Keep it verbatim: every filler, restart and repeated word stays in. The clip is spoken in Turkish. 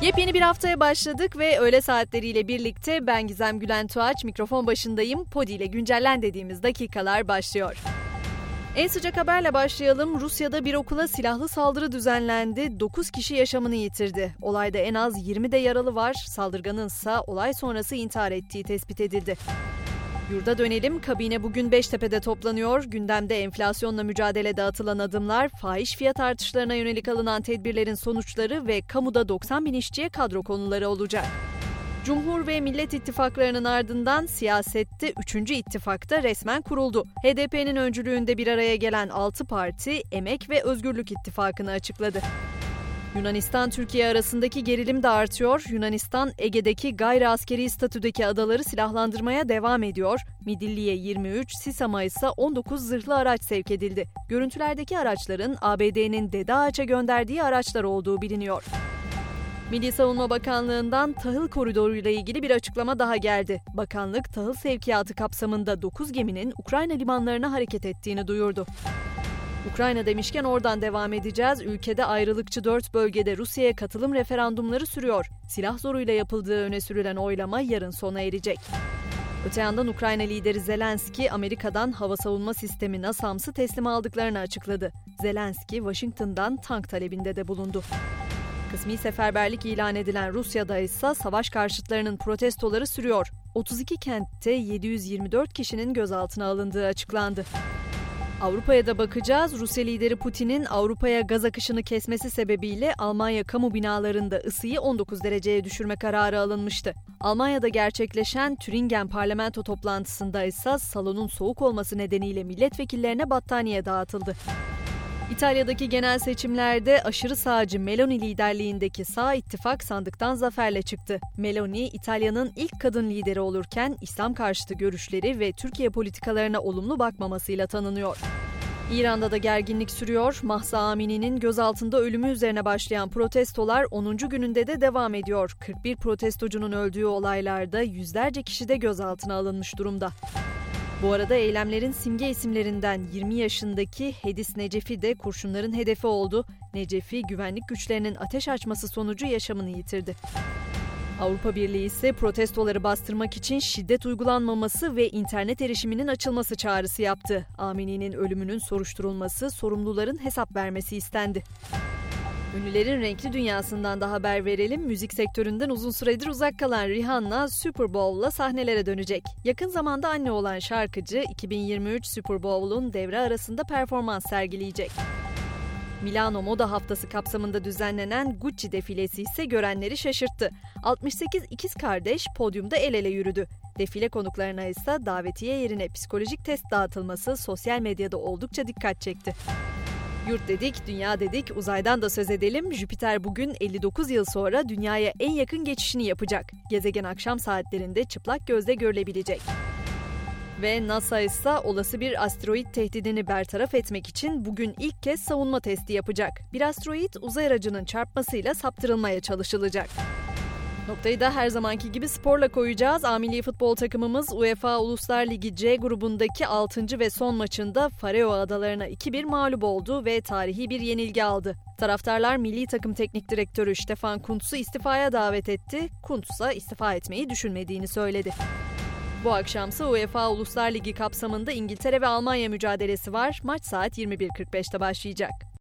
Yepyeni bir haftaya başladık ve öğle saatleriyle birlikte ben Gizem Gülen Tuğaç, mikrofon başındayım. Podi ile güncellen dediğimiz dakikalar başlıyor. En sıcak haberle başlayalım. Rusya'da bir okula silahlı saldırı düzenlendi. dokuz kişi yaşamını yitirdi. Olayda en az yirmi de yaralı var. Saldırganın ise olay sonrası intihar ettiği tespit edildi. Yurda dönelim. Kabine bugün Beştepe'de toplanıyor. Gündemde enflasyonla mücadelede atılan adımlar, fahiş fiyat artışlarına yönelik alınan tedbirlerin sonuçları ve kamuda doksan bin işçiye kadro konuları olacak. Cumhur ve Millet İttifaklarının ardından siyasette üçüncü ittifakta resmen kuruldu. H D P'nin öncülüğünde bir araya gelen altı parti Emek ve Özgürlük İttifakı'nı açıkladı. Yunanistan-Türkiye arasındaki gerilim de artıyor. Yunanistan, Ege'deki gayri askeri statüdeki adaları silahlandırmaya devam ediyor. Midilli'ye yirmi üç, Sisam'a ise on dokuz zırhlı araç sevk edildi. Görüntülerdeki araçların A B D'nin Dede Ağaç'a gönderdiği araçlar olduğu biliniyor. Milli Savunma Bakanlığı'ndan tahıl koridoru ile ilgili bir açıklama daha geldi. Bakanlık, tahıl sevkiyatı kapsamında dokuz geminin Ukrayna limanlarına hareket ettiğini duyurdu. Ukrayna demişken oradan devam edeceğiz. Ülkede ayrılıkçı dört bölgede Rusya'ya katılım referandumları sürüyor. Silah zoruyla yapıldığı öne sürülen oylama yarın sona erecek. Öte yandan Ukrayna lideri Zelenski, Amerika'dan hava savunma sistemi NASAMS'ı teslim aldıklarını açıkladı. Zelenski, Washington'dan tank talebinde de bulundu. Kısmi seferberlik ilan edilen Rusya'da ise savaş karşıtlarının protestoları sürüyor. otuz iki kentte yedi yüz yirmi dört kişinin gözaltına alındığı açıklandı. Avrupa'ya da bakacağız. Rusya lideri Putin'in Avrupa'ya gaz akışını kesmesi sebebiyle Almanya kamu binalarında ısıyı on dokuz dereceye düşürme kararı alınmıştı. Almanya'da gerçekleşen Türingen parlamento toplantısında ise salonun soğuk olması nedeniyle milletvekillerine battaniye dağıtıldı. İtalya'daki genel seçimlerde aşırı sağcı Meloni liderliğindeki sağ ittifak sandıktan zaferle çıktı. Meloni, İtalya'nın ilk kadın lideri olurken İslam karşıtı görüşleri ve Türkiye politikalarına olumlu bakmamasıyla tanınıyor. İran'da da gerginlik sürüyor. Mahsa Amini'nin gözaltında ölümü üzerine başlayan protestolar onuncu gününde de devam ediyor. kırk bir protestocunun öldüğü olaylarda yüzlerce kişi de gözaltına alınmış durumda. Bu arada eylemlerin simge isimlerinden yirmi yaşındaki Hedis Necefi de kurşunların hedefi oldu. Necefi, güvenlik güçlerinin ateş açması sonucu yaşamını yitirdi. Avrupa Birliği ise protestoları bastırmak için şiddet uygulanmaması ve internet erişiminin açılması çağrısı yaptı. Amini'nin ölümünün soruşturulması, sorumluların hesap vermesi istendi. Ünlülerin renkli dünyasından da haber verelim. Müzik sektöründen uzun süredir uzak kalan Rihanna, Super Bowl'la sahnelere dönecek. Yakın zamanda anne olan şarkıcı, iki bin yirmi üç Super Bowl'un devre arasında performans sergileyecek. Milano Moda Haftası kapsamında düzenlenen Gucci defilesi ise görenleri şaşırttı. altmış sekiz ikiz kardeş podyumda el ele yürüdü. Defile konuklarına ise davetiye yerine psikolojik test dağıtılması sosyal medyada oldukça dikkat çekti. Yurt dedik, dünya dedik, uzaydan da söz edelim. Jüpiter bugün elli dokuz yıl sonra Dünya'ya en yakın geçişini yapacak. Gezegen akşam saatlerinde çıplak gözle görülebilecek. Ve NASA ise olası bir asteroid tehdidini bertaraf etmek için bugün ilk kez savunma testi yapacak. Bir asteroid uzay aracının çarpmasıyla saptırılmaya çalışılacak. Noktayı da her zamanki gibi sporla koyacağız. A Milli Futbol takımımız UEFA Uluslar Ligi C grubundaki altıncı ve son maçında Faroe Adalarına iki bir mağlup oldu ve tarihi bir yenilgi aldı. Taraftarlar milli takım teknik direktörü Stefan Kuntz'u istifaya davet etti. Kuntz ise istifa etmeyi düşünmediğini söyledi. Bu akşamsa UEFA Uluslar Ligi kapsamında İngiltere ve Almanya mücadelesi var. Maç saat yirmi bir kırk beşte başlayacak.